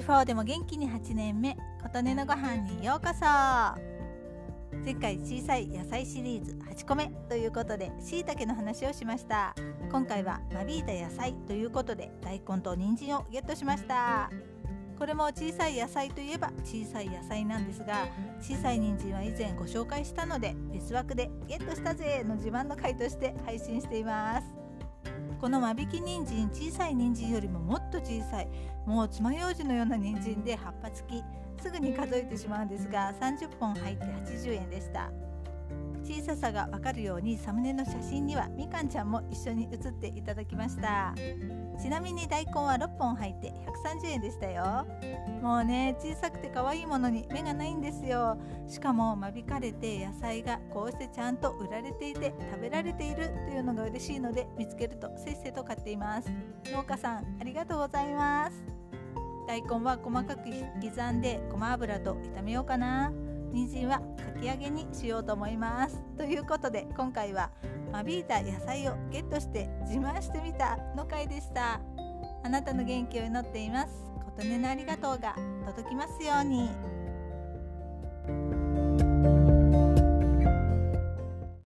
4でも元気に8年目、琴音のご飯にようこそ。前回小さい野菜シリーズ8個目ということで椎茸の話をしました。今回は間引いた野菜ということで大根と人参をゲットしました。これも小さい野菜といえば小さい野菜なんですが、小さい人参は以前ご紹介したので別枠でゲットしたぜの自慢の回として配信しています。この間引き人参、小さい人参よりももっと小さい、もう爪楊枝のような人参で葉っぱ付き、すぐに数えてしまうんですが30本入って80円でした。小ささがわかるようにサムネの写真にはみかんちゃんも一緒に写っていただきました。ちなみに大根は6本入って130円でしたよ。もうね、小さくて可愛いものに目がないんですよ。しかも間引かれて野菜がこうしてちゃんと売られていて食べられているというのが嬉しいので、見つけるとせっせと買っています。農家さんありがとうございます。大根は細かく刻んでごま油と炒めようかな。人参はかき揚げにしようと思います。ということで今回は間引いた野菜をゲットして自慢してみたの回でした。あなたの元気を祈っています。琴音のありがとうが届きますように。